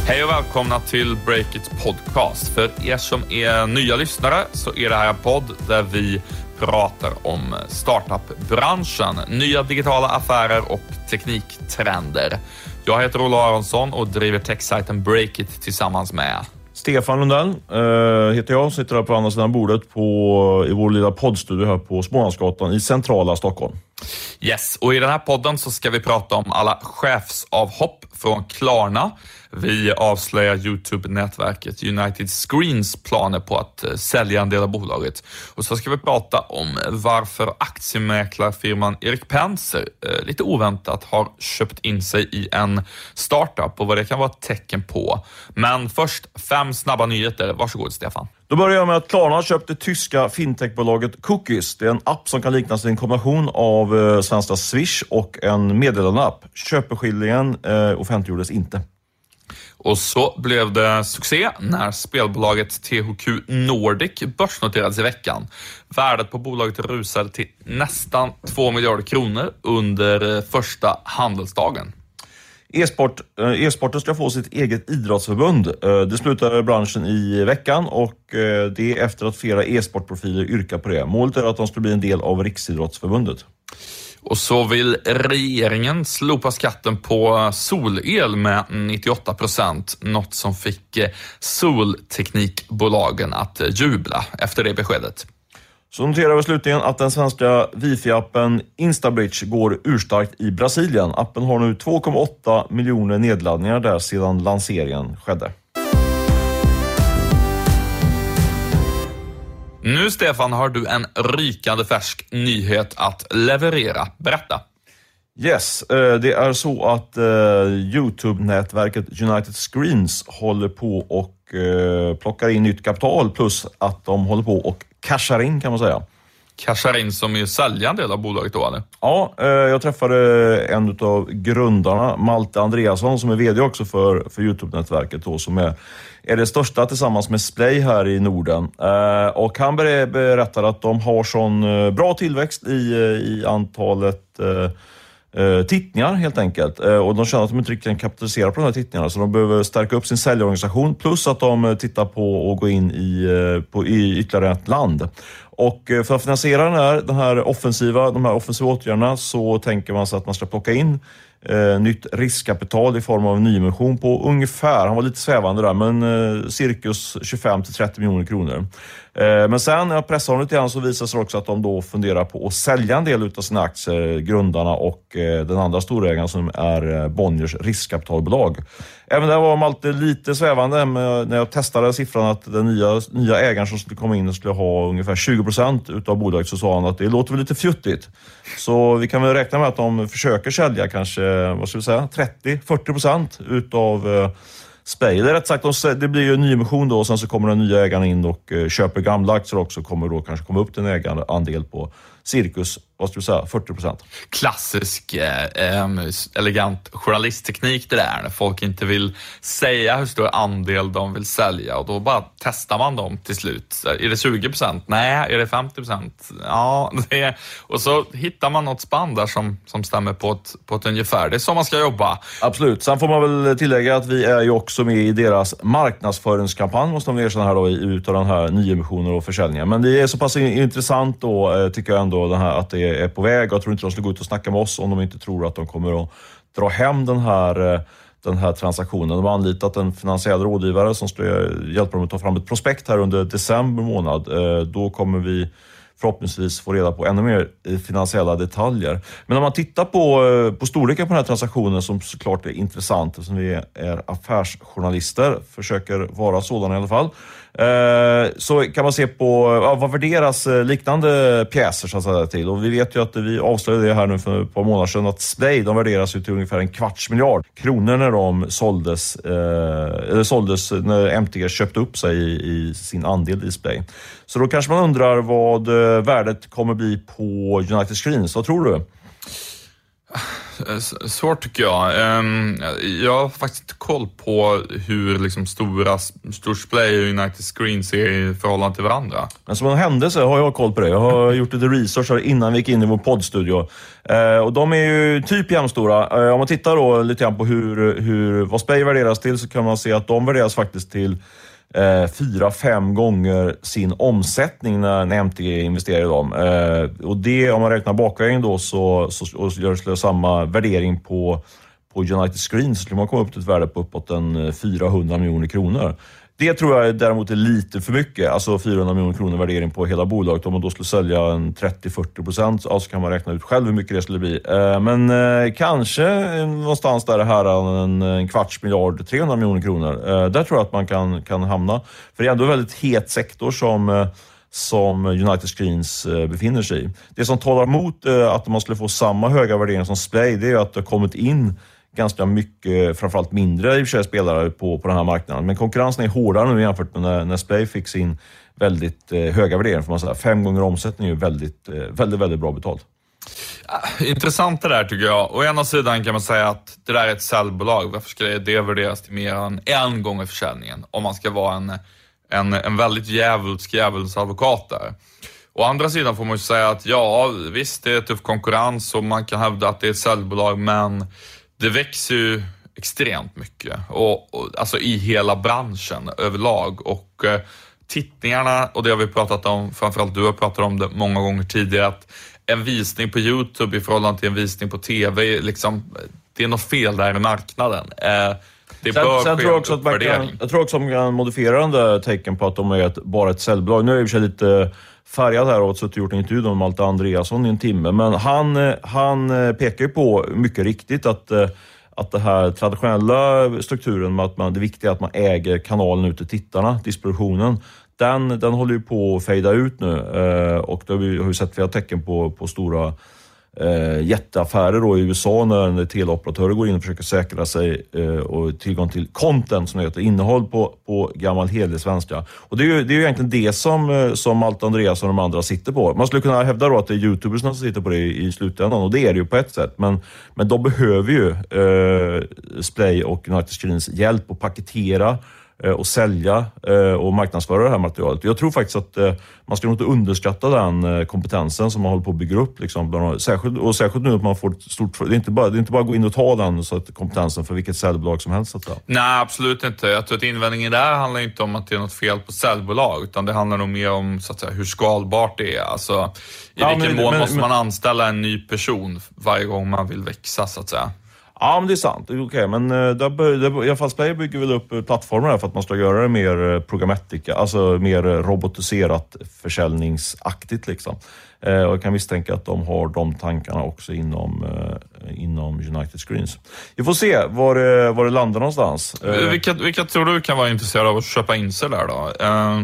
Hej och välkomna till Breakit Podcast. För er som är nya lyssnare så är det här en podd där vi pratar om startup-branschen, nya digitala affärer och tekniktrender. Jag heter Ola Aronsson och driver techsajten Breakit tillsammans med Stefan Lundell heter jag, sitter här på andra sidan bordet i vår lilla poddstudio här på Smålandsgatan i centrala Stockholm. Yes, och i den här podden så ska vi prata om alla chefsavhopp från Klarna. Vi avslöjar YouTube-nätverket United Screens planer på att sälja en del av bolaget. Och så ska vi prata om varför aktiemäklarfirman Erik Penser lite oväntat har köpt in sig i en startup och vad det kan vara ett tecken på. Men först 5 snabba nyheter. Varsågod Stefan. Då börjar jag med att Klarna köpte tyska fintechbolaget Cookies. Det är en app som kan liknas vid en kombination av svenska Swish och en meddelandeapp. Köpeskillingen offentliggjordes inte. Och så blev det succé när spelbolaget THQ Nordic börsnoterades i veckan. Värdet på bolaget rusade till nästan 2 miljarder kronor under första handelsdagen. E-sporten ska få sitt eget idrottsförbund. Det slutade branschen i veckan och det är efter att flera e-sportprofiler yrkar på det. Målet är att de ska bli en del av Riksidrottsförbundet. Och så vill regeringen slopa skatten på solel med 98%, något som fick solteknikbolagen att jubla efter det beskedet. Så noterar vi slutligen att den svenska Wifi-appen Instabridge går urstarkt i Brasilien. Appen har nu 2,8 miljoner nedladdningar där sedan lanseringen skedde. Nu Stefan har du en rykande färsk nyhet att leverera. Berätta. Yes, det är så att YouTube-nätverket United Screens håller på och plockar in nytt kapital plus att de håller på och cashar in kan man säga. Cashar in som är sälja en del av bolaget då eller? Ja, jag träffade en av grundarna, Malte Andreasson, som är vd också för YouTube-nätverket då, som är det största tillsammans med Splay här i Norden. Och han berättar att de har sån bra tillväxt i antalet tittningar helt enkelt. Och de känner att de inte riktigt kan kapitalisera på de här tittningarna, så de behöver stärka upp sin säljorganisation plus att de tittar på att gå in i ytterligare ett land. Och för att finansiera de här offensiva åtgärderna så tänker man sig att man ska plocka in nytt riskkapital i form av en nyemission på ungefär, han var lite svävande där, men cirkus 25-30 miljoner kronor. Men sen när jag pressar honom lite grann så visar sig också att de då funderar på att sälja en del av sina aktier, grundarna och den andra storägaren som är Bonniers riskkapitalbolag. Även där var man alltid lite svävande när jag testade siffran att den nya ägaren som skulle komma in och skulle ha ungefär 20% utav bolaget, så sa han att det låter väl lite fjuttigt. Så vi kan väl räkna med att de försöker sälja kanske, 30-40% utav Spay. Det är rätt sagt, det blir ju en nyemission då och sen så kommer den nya ägaren in och köper gamla aktier också, kommer då kanske komma upp till en ägarandel på cirkus, 40%. Klassisk elegant journalistteknik det där, när folk inte vill säga hur stor andel de vill sälja och då bara testar man dem till slut. Är det 20%? Nej. Är det 50%? Ja, det är... Och så hittar man något spann där som stämmer på ett ungefär. Det är så man ska jobba. Absolut. Sen får man väl tillägga att vi är ju också med i deras marknadsföringskampanj, måste man erkänna här då, utav den här nyemissionen och försäljningen. Men det är så pass intressant då, tycker jag ändå, den här, att det är på väg. Jag tror inte de skulle gå ut och snacka med oss om de inte tror att de kommer att dra hem den här transaktionen. De har anlitat en finansiell rådgivare som ska hjälpa dem att ta fram ett prospekt här under december månad. Då kommer vi förhoppningsvis få reda på ännu mer finansiella detaljer. Men när man tittar på storleken på den här transaktionen, som såklart är intressant, som vi är affärsjournalister, försöker vara sådana i alla fall, så kan man se på vad värderas liknande pjäser så att säga till. Och vi vet ju att vi avslöjade det här nu för ett par månader sedan att Splay, de värderas ju till ungefär 250 miljoner kronor när de såldes när MTG köpte upp sig i sin andel i Splay. Så då kanske man undrar vad värdet kommer bli på United Screens. Vad tror du? Svårt tycker jag. Jag har faktiskt inte koll på hur liksom Storsplay och United Screens är i förhållande till varandra. Men som en händelse har jag koll på det. Jag har gjort lite research här innan vi gick in i vår poddstudio. Och de är ju typ jämnstora. Om man tittar då lite grann på vad Splay värderas till, så kan man se att de värderas faktiskt till 4-5 gånger sin omsättning när MTG investerar i dem. Och det, om man räknar bakvägen då, så gör det samma värdering på United Screens, så skulle man komma upp till ett värde på uppåt 400 miljoner kronor. Det tror jag däremot är lite för mycket, alltså 400 miljoner kronor värdering på hela bolaget. Om man då skulle sälja en 30-40%, så kan man räkna ut själv hur mycket det skulle bli. Men kanske någonstans där det här en 250 miljoner, 300 miljoner kronor. Där tror jag att man kan hamna. För det är ändå en väldigt het sektor som United Screens befinner sig i. Det som talar emot att man skulle få samma höga värdering som Splay, det är att det har kommit in ganska mycket, framförallt mindre i och för sig, spelare på den här marknaden. Men konkurrensen är hårdare nu jämfört med när Splay fick sin väldigt höga värdering. För man säga 5 gånger omsättning är ju väldigt bra betalt. Intressant det där tycker jag. Å ena sidan kan man säga att det där är ett säljbolag. Varför ska det värderas till mer än 1 gång försäljningen? Om man ska vara en väldigt djävulens advokat där. Å andra sidan får man ju säga att ja, visst det är tuff konkurrens och man kan hävda att det är ett säljbolag, men det växer ju extremt mycket och alltså i hela branschen överlag, och tittningarna, och det har vi pratat om, framförallt du har pratat om det många gånger tidigare, att en visning på YouTube i förhållande till en visning på TV, liksom, det är något fel där i marknaden. Det bör sen ske tror jag också att jag tror också att man kan modifiera den där tecken på att de är bara ett säljbolag. Nu är jag i och för sig lite färgad här och gjort en intervju med Malte Andreasson i en timme, men han pekar ju på mycket riktigt att det här traditionella strukturen med att det är viktigt att man äger kanalen ut till tittarna, distributionen, den håller ju på att fejda ut nu, och då har vi sett flera tecken på stora jätteaffärer då i USA när teleoperatörer går in och försöker säkra sig och tillgång till content, som heter innehåll på gammal helig svenska. Och det är ju egentligen det som Malte Andreasson och de andra sitter på. Man skulle kunna hävda då att det är YouTubers som sitter på det i slutändan, och det är det ju på ett sätt, men de behöver ju Splay och United Screens hjälp att paketera och sälja och marknadsföra det här materialet. Jag tror faktiskt att man ska nog inte underskatta den kompetensen som man håller på att bygga upp. Liksom, särskilt nu att man får ett stort... Det är inte bara att gå in och ta den så att kompetensen för vilket säljbolag som helst. Nej, absolut inte. Jag tror att invändningen där handlar inte om att det är något fel på säljbolag, utan det handlar nog mer om så att säga, hur skalbart det är. Alltså, i vilken mån måste man anställa en ny person varje gång man vill växa, så att säga. Ja, men det är sant. Okej, men i alla fall Splay bygger väl upp plattformar här för att man ska göra det mer programmatika, alltså mer robotiserat försäljningsaktigt liksom. Och jag kan misstänka att de har de tankarna också inom United Screens. Vi får se var det landar någonstans. Vilka tror du kan vara intresserade av att köpa in sig där då?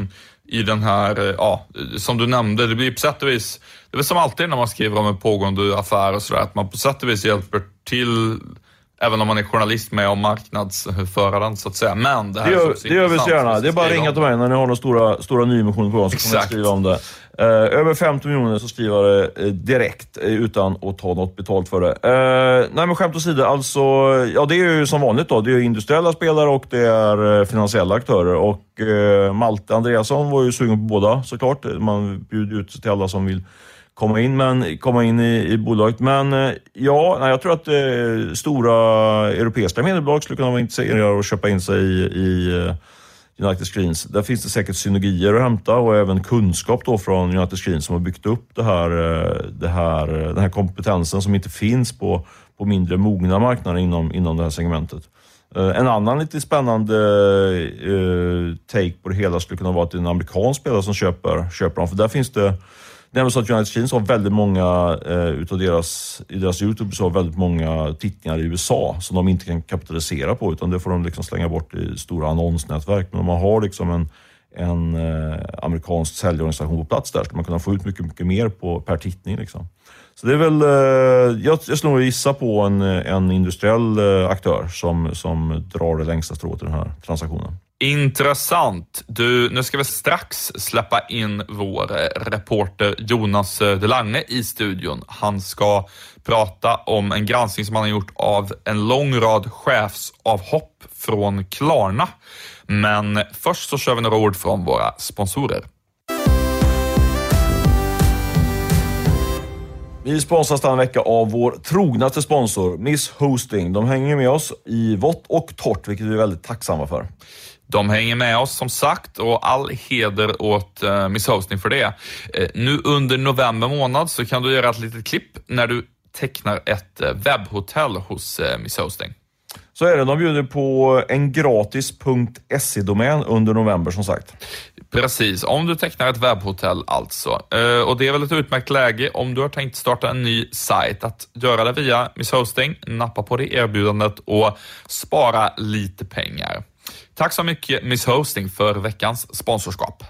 I den här, som du nämnde, det blir på sätt och vis, det är väl som alltid när man skriver om en pågående affär och sådär, att man på sätt och vis hjälper till, även om man är journalist, med om marknadsföraren så att säga. Men det här det gör vi så gärna. Det är bara att ringa till mig när ni har några stora nyemissioner på gång, så kan man skriva om det. Över 50 miljoner så skriver det direkt utan att ta något betalt för det. Nej, men skämt åsido, alltså, ja, det är ju som vanligt då. Det är industriella spelare och det är finansiella aktörer. Och Malte Andreasson var ju sugen på båda, såklart. Man bjuder ut till alla som vill komma in i bolaget. Men jag tror att stora europeiska mediebolag skulle kunna vara intresserade av att köpa in sig i United Screens. Där finns det säkert synergier att hämta och även kunskap då från United Screens som har byggt upp den här kompetensen som inte finns på mindre mogna marknader inom det här segmentet. En annan lite spännande take på det hela skulle kunna vara att det är en amerikansk spelare som köper dem. För där finns det... Det är så att United Screens har väldigt många utav deras YouTube så har väldigt många tittningar i USA som de inte kan kapitalisera på, utan det får de liksom slänga bort i stora annonsnätverk. Men om man har liksom en amerikansk säljorganisation på plats där, så man kunna få ut mycket, mycket mer per tittning liksom. Så det är väl, jag skulle nog gissa på en industriell aktör som drar det längsta strået i den här transaktionen. Intressant. Nu ska vi strax släppa in vår reporter Jonas Delange i studion. Han ska prata om en granskning som han har gjort av en lång rad chefsavhopp från Klarna. Men först så kör vi några ord från våra sponsorer. Vi sponsras denna vecka av vår trognaste sponsor, Miss Hosting. De hänger med oss i vått och torrt, vilket vi är väldigt tacksamma för. De hänger med oss som sagt och all heder åt Miss Hosting för det. Nu under november månad så kan du göra ett litet klipp när du tecknar ett webbhotell hos Miss Hosting. Så är det, de bjuder på en gratis .se-domän under november som sagt. Precis, om du tecknar ett webbhotell alltså. Och det är väl ett utmärkt läge om du har tänkt starta en ny sajt att göra det via Miss Hosting, nappa på det erbjudandet och spara lite pengar. Tack så mycket Miss Hosting för veckans sponsorskap.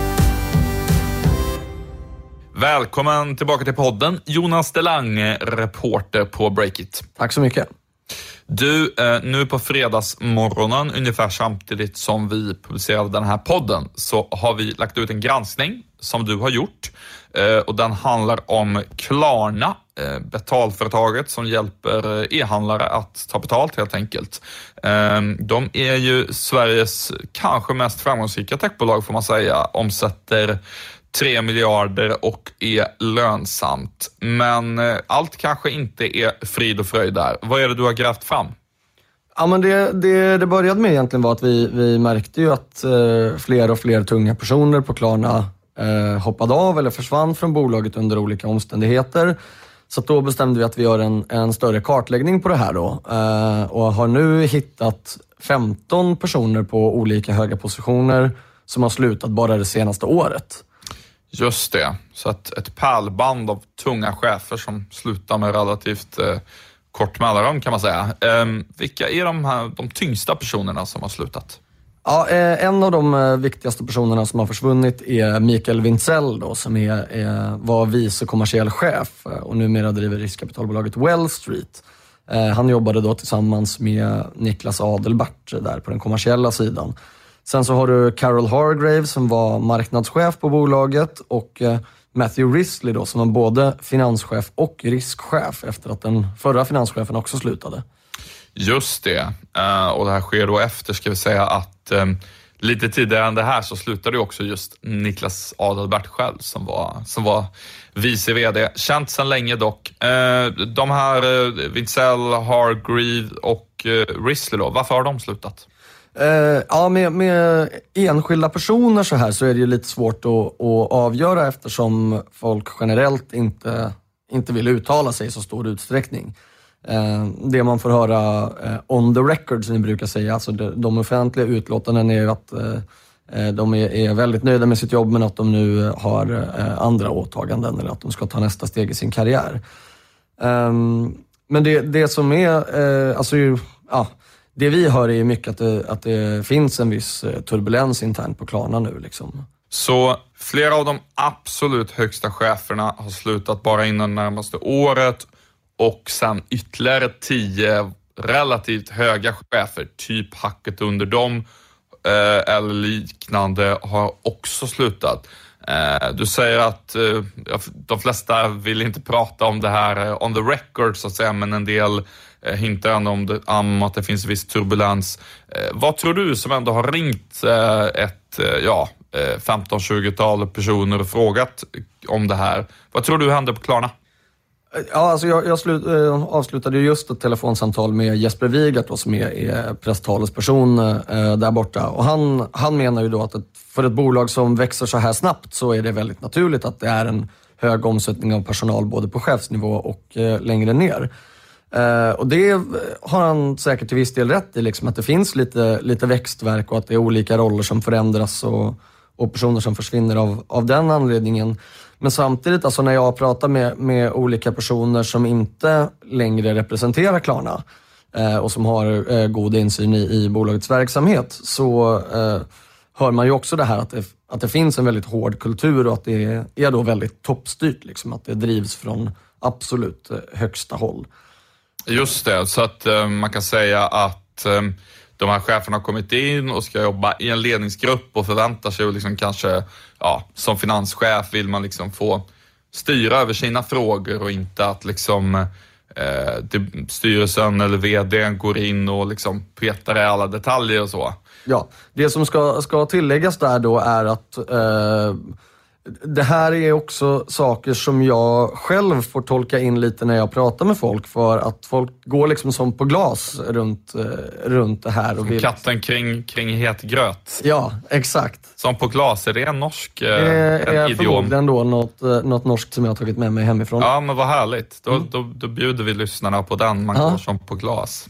Välkommen tillbaka till podden, Jonas Delange, reporter på Breakit. Tack så mycket. Du, nu på fredagsmorgonen, ungefär samtidigt som vi publicerade den här podden, så har vi lagt ut en granskning som du har gjort. Och den handlar om Klarna, betalföretaget som hjälper e-handlare att ta betalt helt enkelt. De är ju Sveriges kanske mest framgångsrika techbolag får man säga, omsätter 3 miljarder och är lönsamt. Men allt kanske inte är frid och fröjd där. Vad är det du har grävt fram? Ja, men det började med egentligen var att vi märkte ju att fler och fler tunga personer på Klarna hoppade av eller försvann från bolaget under olika omständigheter. Så då bestämde vi att vi gör en större kartläggning på det här då. Och har nu hittat 15 personer på olika höga positioner som har slutat bara det senaste året. Just det, så att ett pärlband av tunga chefer som slutar med relativt kort mellanrum kan man säga. Vilka är de tyngsta personerna som har slutat? Ja, en av de viktigaste personerna som har försvunnit är Mikael Wintzell då, som var vice kommersiell chef och numera driver riskkapitalbolaget Well Street. Han jobbade då tillsammans med Niklas Adelbert där på den kommersiella sidan. Sen så har du Carol Hargrave som var marknadschef på bolaget och Matthew Risley då som var både finanschef och riskchef efter att den förra finanschefen också slutade. Just det, och det här sker då efter, ska vi säga att lite tidigare än det här så slutade ju också just Niklas Adelbert själv som var vice vd. Känt sedan länge dock. De här Wintzell, Hargrave och Risley då, varför har de slutat? Ja, med enskilda personer så här så är det ju lite svårt att avgöra eftersom folk generellt inte vill uttala sig i så stor utsträckning. Det man får höra on the record som vi brukar säga, alltså de offentliga utlåtanden är ju att de är väldigt nöjda med sitt jobb men att de nu har andra åtaganden eller att de ska ta nästa steg i sin karriär. Men det som är, alltså ja, det vi hör är mycket att det finns en viss turbulens internt på Klarna nu liksom. Så flera av de absolut högsta cheferna har slutat bara innan närmaste året och sen ytterligare 10 relativt höga chefer, typ hacket under dem eller liknande, har också slutat. Du säger att de flesta vill inte prata om det här on the record så att säga, men en del hintar om att det finns viss turbulens. Vad tror du som ändå har ringt ett 15-20-tal personer och frågat om det här? Vad tror du händer på Klarna? Ja, alltså jag avslutade just ett telefonsamtal med Jesper Wigert då, som är presstalesperson där borta. Och han menar ju då att för ett bolag som växer så här snabbt så är det väldigt naturligt att det är en hög omsättning av personal både på chefsnivå och längre ner. Och det har han säkert till viss del rätt i, liksom, att det finns lite växtverk och att det är olika roller som förändras och personer som försvinner av den anledningen. Men samtidigt, alltså när jag pratar med olika personer som inte längre representerar Klarna och som har god insyn i bolagets verksamhet, så hör man ju också det här att det finns en väldigt hård kultur och att det är då väldigt toppstyrt, liksom, att det drivs från absolut högsta håll. Just det, så att man kan säga att de här cheferna har kommit in och ska jobba i en ledningsgrupp och förväntar sig och liksom kanske, som finanschef vill man liksom få styra över sina frågor och inte att liksom styrelsen eller vdn går in och liksom petar i alla detaljer och så. Ja, det som ska tilläggas där då är att det här är också saker som jag själv får tolka in lite när jag pratar med folk, för att folk går liksom som på glas runt det här. Och katten kring het gröt. Ja, exakt. Som på glas, är det en norsk idiom? Det är förmodligen då något norskt som jag har tagit med mig hemifrån. Ja, men vad härligt. Då bjuder vi lyssnarna på den, man går som på glas.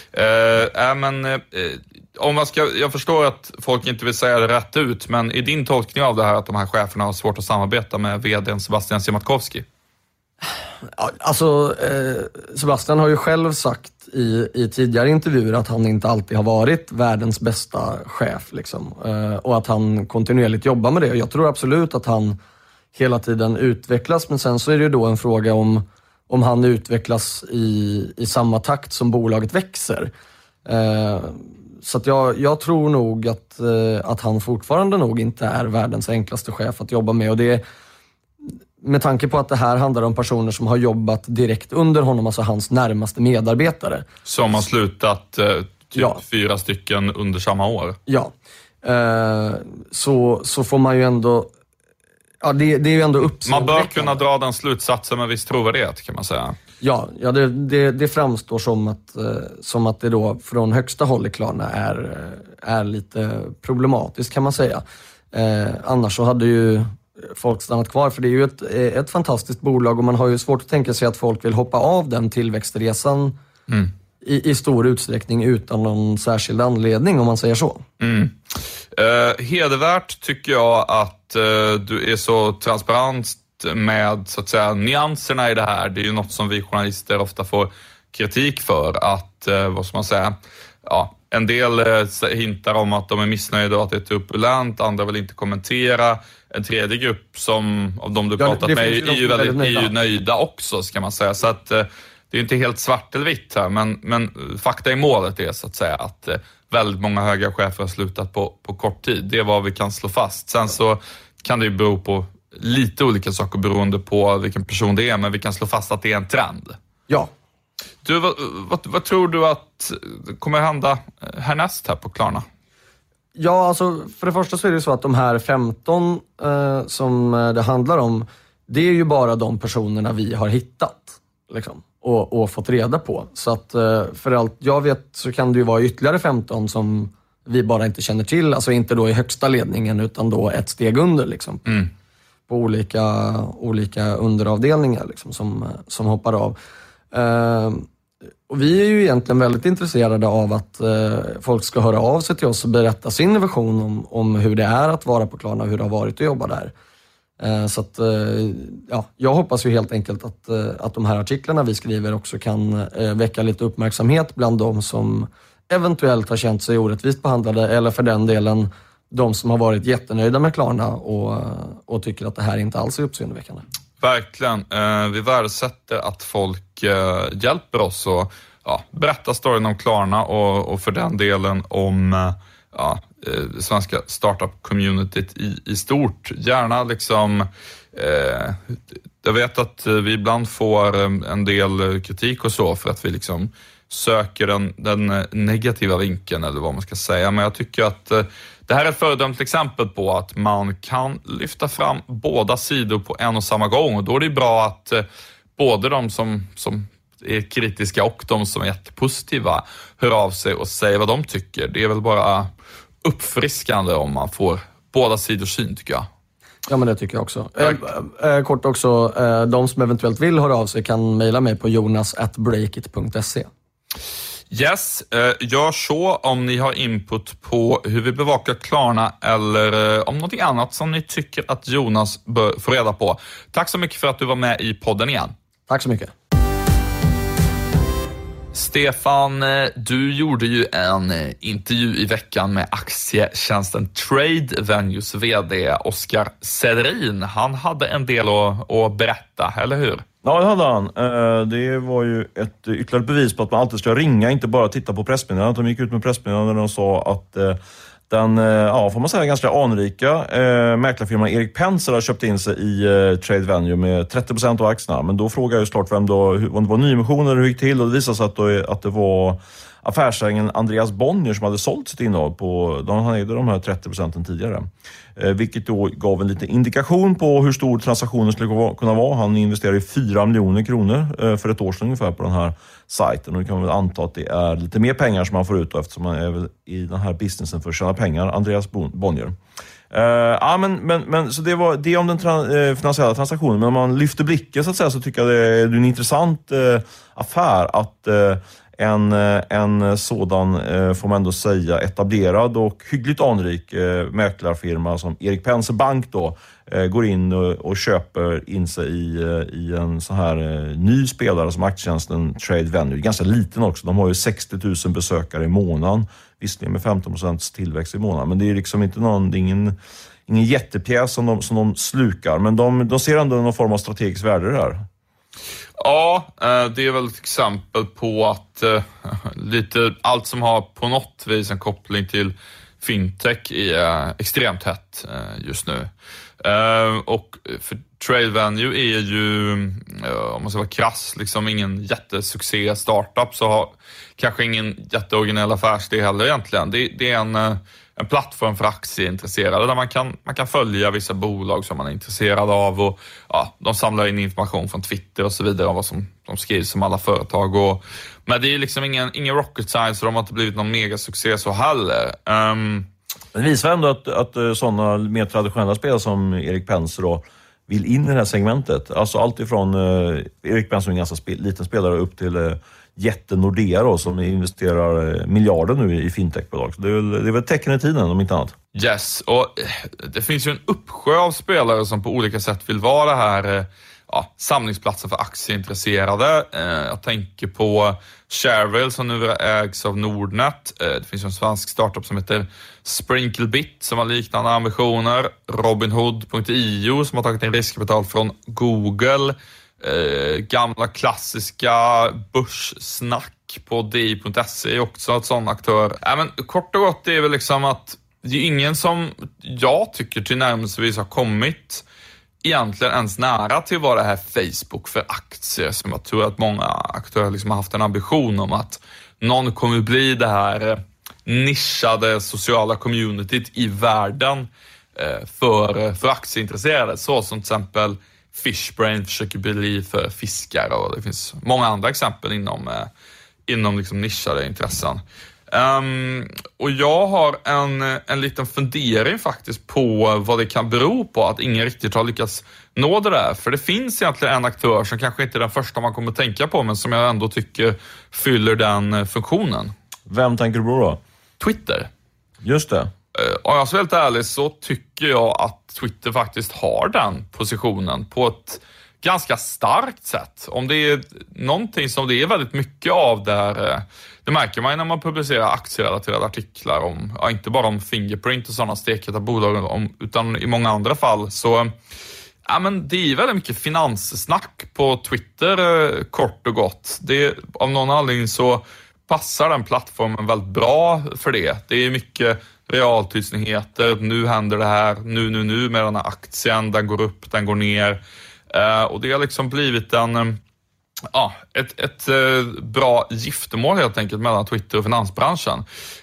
Jag förstår att folk inte vill säga det rätt ut, men i din tolkning av det här att de här cheferna har svårt att samarbeta med vdn Sebastian Siemiatkowski? Alltså, Sebastian har ju själv sagt i tidigare intervjuer att han inte alltid har varit världens bästa chef. Liksom. Och att han kontinuerligt jobbar med det. Jag tror absolut att han hela tiden utvecklas, men sen så är det ju då en fråga om han utvecklas i samma takt som bolaget växer. Så att jag tror nog att han fortfarande nog inte är världens enklaste chef att jobba med. Och det är, med tanke på att det här handlar om personer som har jobbat direkt under honom, alltså hans närmaste medarbetare. Som har slutat 4 stycken under samma år. Ja, så får man ju ändå... Ja, det är ju ändå uppseendeväckande. Man bör kunna dra den slutsatsen med viss trovärdighet, kan man säga. Ja, det framstår som att det då från högsta håll i Klarna är lite problematiskt, kan man säga. Annars så hade ju folk stannat kvar, för det är ju ett fantastiskt bolag och man har ju svårt att tänka sig att folk vill hoppa av den tillväxtresan i stor utsträckning utan någon särskild anledning, om man säger så. Hedervärt tycker jag att du är så transparent med så att säga nyanserna i det här. Det är ju något som vi journalister ofta får kritik för, att vad ska man säga, en del hintar om att de är missnöjda och att det är turbulent, andra vill inte kommentera. En tredje grupp som av de du pratat med är ju nöjda också, ska man säga. Så att det är inte helt svart eller vitt här, men fakta i målet är så att säga att väldigt många höga chefer har slutat på kort tid. Det är vad vi kan slå fast. Sen så kan det ju bero på lite olika saker beroende på vilken person det är, men vi kan slå fast att det är en trend. Ja. Du, vad tror du att kommer hända härnäst här på Klarna? Ja, alltså för det första så är det så att de här 15 som det handlar om, det är ju bara de personerna vi har hittat liksom, och fått reda på. Så att för allt jag vet så kan det ju vara ytterligare 15 som vi bara inte känner till. Alltså inte då i högsta ledningen utan då ett steg under liksom. På olika underavdelningar liksom, som hoppar av. Och vi är ju egentligen väldigt intresserade av att folk ska höra av sig till oss och berätta sin version om hur det är att vara på Klarna och hur det har varit att jobba där. Så att, jag hoppas ju helt enkelt att de här artiklarna vi skriver också kan väcka lite uppmärksamhet bland de som eventuellt har känt sig orättvist behandlade, eller för den delen de som har varit jättenöjda med Klarna och tycker att det här inte alls är uppseendeväckande. Verkligen. Vi värdesätter att folk hjälper oss och berättar storyn om Klarna och för den delen om svenska startup-communityt i stort. Gärna liksom... jag vet att vi ibland får en del kritik och så för att vi liksom söker den negativa vinkeln eller vad man ska säga. Men jag tycker att det här är ett föredömligt exempel på att man kan lyfta fram båda sidor på en och samma gång. Och då är det bra att både de som är kritiska och de som är jättepositiva hör av sig och säger vad de tycker. Det är väl bara uppfriskande om man får båda sidors syn, tycker jag. Ja, men det tycker jag också. Kort också, de som eventuellt vill höra av sig kan mejla mig på jonas@breakit.se. Yes, gör så om ni har input på hur vi bevakar Klarna eller om något annat som ni tycker att Jonas bör få reda på. Tack så mycket för att du var med i podden igen. Tack så mycket. Stefan, du gjorde ju en intervju i veckan med aktietjänsten Trade Venues vd Oskar Cederin. Han hade en del att berätta, eller hur? Ja, det hade han. Det var ju ett ytterligare bevis på att man alltid ska ringa, inte bara titta på pressmeddelandet. De gick ut med pressmeddelandet och sa att den, får man säga, ganska anrika mäklarfirman Erik Penser har köpt in sig i Trade Venue med 30% av aktierna. Men då frågade jag ju såklart om det var nyemission eller hur det gick till, och det visade sig att det var affärsägaren Andreas Bonnier som hade sålt sitt innehav han ägde de här 30% tidigare. Vilket då gav en liten indikation på hur stor transaktionen skulle kunna vara. Han investerade i 4 miljoner kronor för ett år sedan ungefär på den här sajten. Och det kan man väl anta att det är lite mer pengar som man får ut då, eftersom man är väl i den här businessen för att tjäna pengar, Andreas Bonnier. Så det var det om den finansiella transaktionen. Men om man lyfter blicken så att säga, så tycker jag det är en intressant affär att en sådan, får man ändå säga, etablerad och hyggligt anrik mäklarfirma som Erik Penser Bank då går in och köper in sig i en så här ny spelare som aktietjänsten Trade Venue. Ganska liten också. De har ju 60 000 besökare i månaden. Visserligen med 15% tillväxt i månaden. Men det är liksom inte ingen jättepjäs som de slukar. Men de ser ändå någon form av strategisk värde där. Ja, det är väl ett exempel på att lite allt som har på något vis en koppling till fintech är extremt hett just nu. Och för Trade Venue är ju, om man ska vara krass, liksom ingen jättesuccé startup, så har kanske ingen jätteoriginell affärsidé heller egentligen. Det är en plattform för aktieintresserade där man kan följa vissa bolag som man är intresserad av, och de samlar in information från Twitter och så vidare om vad som de skrivs som alla företag. Men det är liksom ingen rocket science, och de har inte blivit någon megasuccé så heller. Det visar ändå att sådana mer traditionella spelare som Erik Penser då vill in i det här segmentet. Alltså allt ifrån Erik Penser, en ganska liten spelare, upp till jätte Nordea då, som investerar miljarder nu i fintechbolag. Så det är väl tecken i tiden om inte annat. Yes, och det finns ju en uppsjö av spelare som på olika sätt vill vara det här samlingsplatser för aktieintresserade. Jag tänker på Shareville som nu ägs av Nordnet. Det finns en svensk startup som heter Sprinklebit som har liknande ambitioner. Robinhood.io som har tagit in riskkapital från Google. Gamla klassiska börssnack på di.se är också en sån aktör. Men kort och gott, det är väl liksom att det är ingen som jag tycker tillnärmelsevis har kommit egentligen ens nära till vad det här Facebook för aktier, som jag tror att många aktörer liksom har haft en ambition om att någon kommer bli det nischade sociala communityt i världen för aktieintresserade, så som till exempel Fishbrain försöker bli för fiskare, och det finns många andra exempel inom liksom nischade intressen. Och jag har en liten fundering faktiskt på vad det kan bero på att ingen riktigt har lyckats nå det där. För det finns egentligen en aktör som kanske inte är den första man kommer tänka på, men som jag ändå tycker fyller den funktionen. Vem tänker du på då? Twitter. Just det. Om jag är helt ärlig så tycker jag att Twitter faktiskt har den positionen på ett ganska starkt sätt. Om det är någonting som det är väldigt mycket av där, det märker man när man publicerar aktierelaterade artiklar om, inte bara om Fingerprint och sådana steketa bolag, utan i många andra fall. Så men det är väldigt mycket finanssnack på Twitter, kort och gott. Av någon anledning så passar den plattformen väldigt bra för det. Det är mycket realtidsnyheter, nu händer det här, nu med den här aktien, den går upp, den går ner. Och det har liksom blivit ett bra giftermål helt enkelt mellan Twitter och finansbranschen.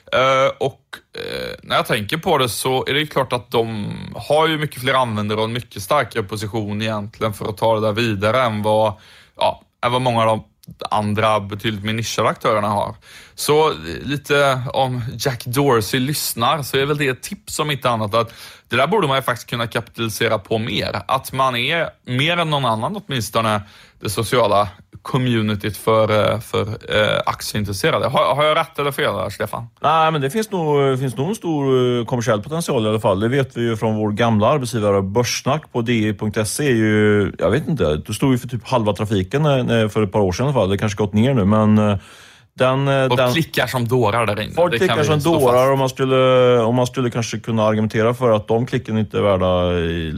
När jag tänker på det så är det klart att de har ju mycket fler användare och en mycket starkare position egentligen för att ta det där vidare än vad många av de andra betydligt mer nischade aktörerna har. Så lite om Jack Dorsey lyssnar, så är väl det ett tips om inte annat, att det där borde man ju faktiskt kunna kapitalisera på mer. Att man är mer en någon annan åtminstone det sociala communityt för aktieintresserade. Har jag rätt eller fel där, Stefan? Nej, men det finns nog en stor kommersiell potential i alla fall. Det vet vi ju från vår gamla arbetsgivare Börssnack på di.se. Jag vet inte, det stod ju för typ halva trafiken för ett par år sedan i alla fall. Det kanske gått ner nu, men folk klickar som dårar där inne. Folk klickar som dårar, och man skulle kanske kunna argumentera för att de klicken inte är värda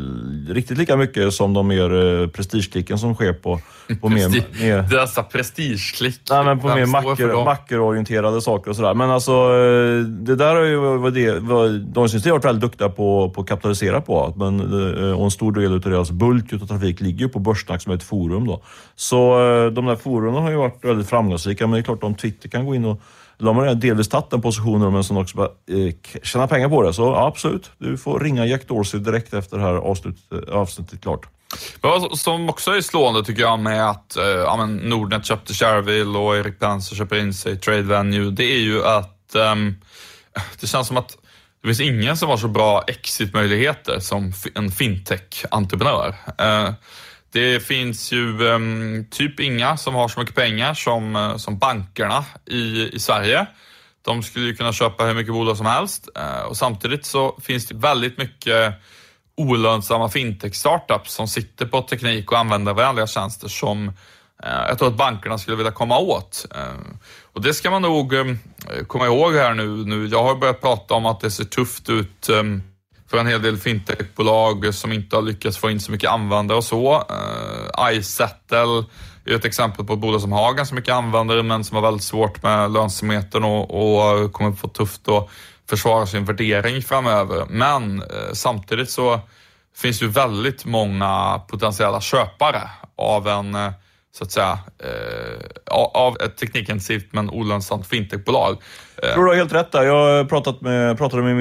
riktigt lika mycket som de mer prestigeklicken som sker på mer dessa prestigeklick. Nej, men på mer mackerorienterade saker och sådär. Men alltså, det där är ju de syns det har varit väldigt duktiga på att kapitalisera på. Men, och en stor del av deras bulk utav trafik ligger på Börssnack som är ett forum då. Så de där forumen har ju varit väldigt framgångsrika, men det är klart om Twitter kan gå in och de har delvis tagit den positionen, men som också bara tjäna pengar på det. Så ja, absolut, du får ringa Jack Dorsey direkt efter det här avsnittet klart. Som också är slående tycker jag med att Nordnet köpte Shareville och Erik Penser köper in sig i Trade Venue, det är ju att det känns som att det finns ingen som har så bra exitmöjligheter som en fintech-entreprenör. Det finns ju typ inga som har så mycket pengar som bankerna i Sverige. De skulle ju kunna köpa hur mycket bolag som helst. Och samtidigt så finns det väldigt mycket olönsamma fintech-startups som sitter på teknik och användarvänliga tjänster som jag tror att bankerna skulle vilja komma åt. Och det ska man nog komma ihåg här nu. Jag har börjat prata om att det ser tufft ut för en hel del fintechbolag som inte har lyckats få in så mycket användare och så. iSettle är ett exempel på ett bolag som har ganska mycket användare men som har väldigt svårt med lönsamheten och kommer få tufft att försvara sin värdering framöver. Men samtidigt så finns ju väldigt många potentiella köpare av en så att säga av ett teknikintensivt men olönsamt fintechbolag. Jag tror du har helt rätt där. Jag pratade med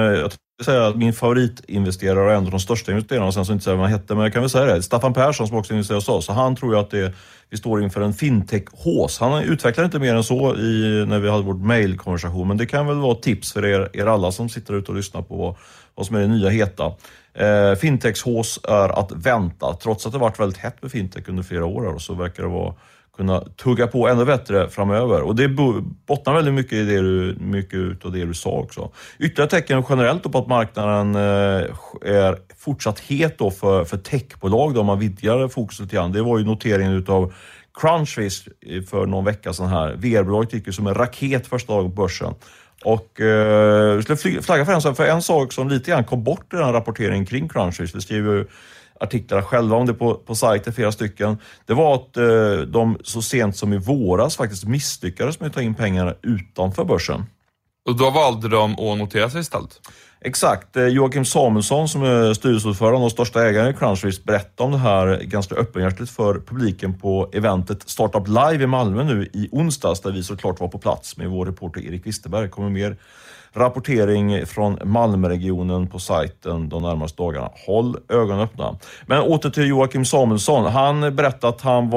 min favoritinvesterare och en av de största investerarna, och sen så inte säga vad han hette, men jag kan väl säga det. Staffan Persson som också investerar hos oss. Så han tror ju att vi står inför en fintech-hås. Han utvecklar inte mer än så när vi hade vårt mailkonversation, men det kan väl vara tips för er alla som sitter ute och lyssnar på vad som är det nya heta. Fintechs-hås är att vänta. Trots att det varit väldigt hett med fintech under flera år så verkar det kunna tugga på ännu bättre framöver. Och det bottnar väldigt mycket i mycket av det du sa också. Ytterligare tecken generellt på att marknaden är fortsatt het då för techbolag då, om man vidgar fokuset lite grann. Det var ju noteringen utav Crunchfish för någon vecka sedan här. VR-bolaget gick ju som en raket första dagen på börsen. Och vi skulle flagga för en sak som lite grann kom bort i den rapporteringen kring Crunchfish. Vi skrev ju artiklar själva om det på sajten, flera stycken. Det var att de så sent som i våras faktiskt misslyckades med att ta in pengarna utanför börsen. Och då valde de att notera sig istället? Exakt. Joakim Samuelsson som är styrelseordförande och största ägaren i Crunchfish berättade om det här ganska öppenhjärtigt för publiken på eventet Startup Live i Malmö nu i onsdags, där vi såklart var på plats med vår reporter Erik Wisterberg. Kommer mer rapportering från Malmöregionen på sajten de närmaste dagarna. Håll ögonen öppna. Men åter till Joakim Samuelsson. Han berättade att han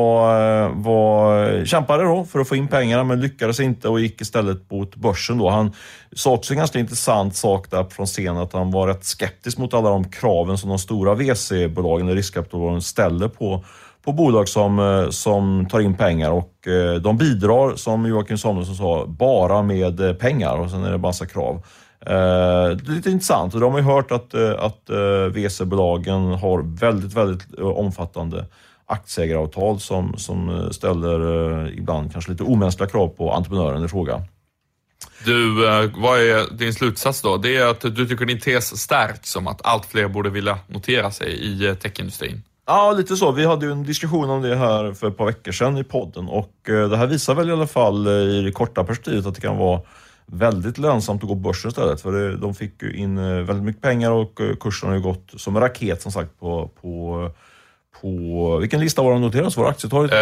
kämpade då för att få in pengarna, men lyckades inte och gick istället mot börsen då. Han sa också en ganska intressant sak där från scenen, att han var rätt skeptisk mot alla de kraven som de stora VC-bolagen och riskkapitalbolagen ställer på bolag som tar in pengar, och de bidrar, som Joakim Samuelsson sa, bara med pengar, och sen är det massa krav. Det är lite intressant, och de har ju hört att VC-bolagen har väldigt, väldigt omfattande aktieägaravtal som ställer ibland kanske lite omänskliga krav på entreprenören i fråga. Du, vad är din slutsats då? Det är att du tycker din tes stärks som att allt fler borde vilja notera sig i techindustrin. Ja, lite så. Vi hade ju en diskussion om det här för ett par veckor sedan i podden, och det här visar väl i alla fall i det korta perspektivet att det kan vara väldigt lönsamt att gå på börsen istället, för de fick ju in väldigt mycket pengar och kursen har ju gått som en raket som sagt på vilken lista var de noterade? Var aktietalet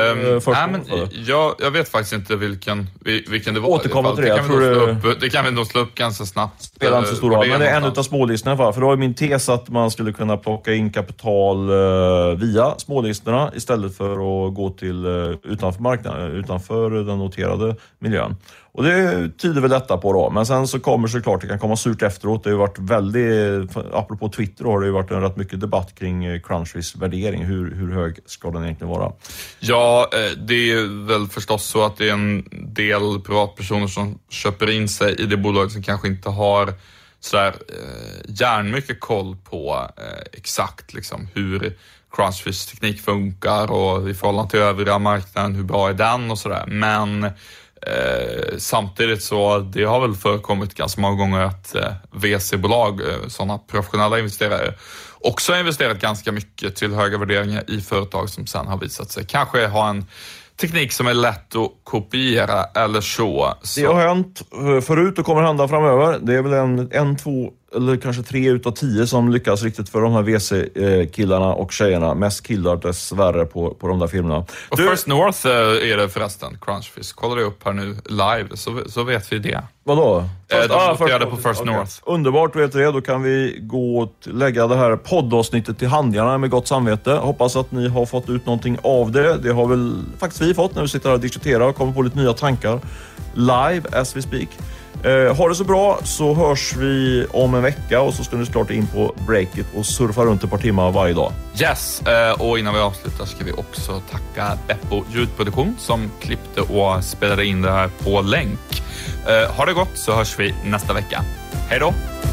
jag vet faktiskt inte vilken det var. Återkomma till det. Det kan vi nog slå upp ganska snabbt. Spelar inte så stor roll, men det är en utav smålistorna. För då är min tes att man skulle kunna plocka in kapital via smålistorna istället för att gå till utanför marknaden, utanför den noterade miljön. Och det tyder väl detta på då. Men sen så kommer såklart, det kan komma surt efteråt. Det har ju varit väldigt, apropå Twitter har det ju varit en rätt mycket debatt kring Crunchfish värdering. Hur hög ska den egentligen vara? Ja, det är väl förstås så att det är en del privatpersoner som köper in sig i det bolag som kanske inte har sådär järnmycket koll på exakt liksom hur Crunchfish teknik funkar och i förhållande till övriga marknaden, hur bra är den och sådär. Men Samtidigt så det har väl förekommit ganska många gånger att VC-bolag, sådana professionella investerare, också har investerat ganska mycket till höga värderingar i företag som sen har visat sig kanske ha en teknik som är lätt att kopiera eller så. Det har hänt förut och kommer hända framöver. Det är väl en, två eller kanske 3 utav 10 som lyckas riktigt för de här VC-killarna och tjejerna. Mest killar dessvärre på de där filmerna. Och First North är det förresten, Crunchfish. Kollar du upp här nu live så vet vi det. Vadå? De noterade på First North. Underbart, vet du det. Då kan vi gå och lägga det här poddavsnittet till handlingarna med gott samvete. Hoppas att ni har fått ut någonting av det. Det har väl faktiskt vi fått när vi sitter här och diskuterar och kommer på lite nya tankar. Live as we speak. Ha det så bra, så hörs vi om en vecka och så ska ni starta in på breaket och surfa runt ett par timmar varje dag. Yes, och innan vi avslutar ska vi också tacka Beppo ljudproduktion som klippte och spelade in det här på länk. Ha det gott, så hörs vi nästa vecka. Hej då!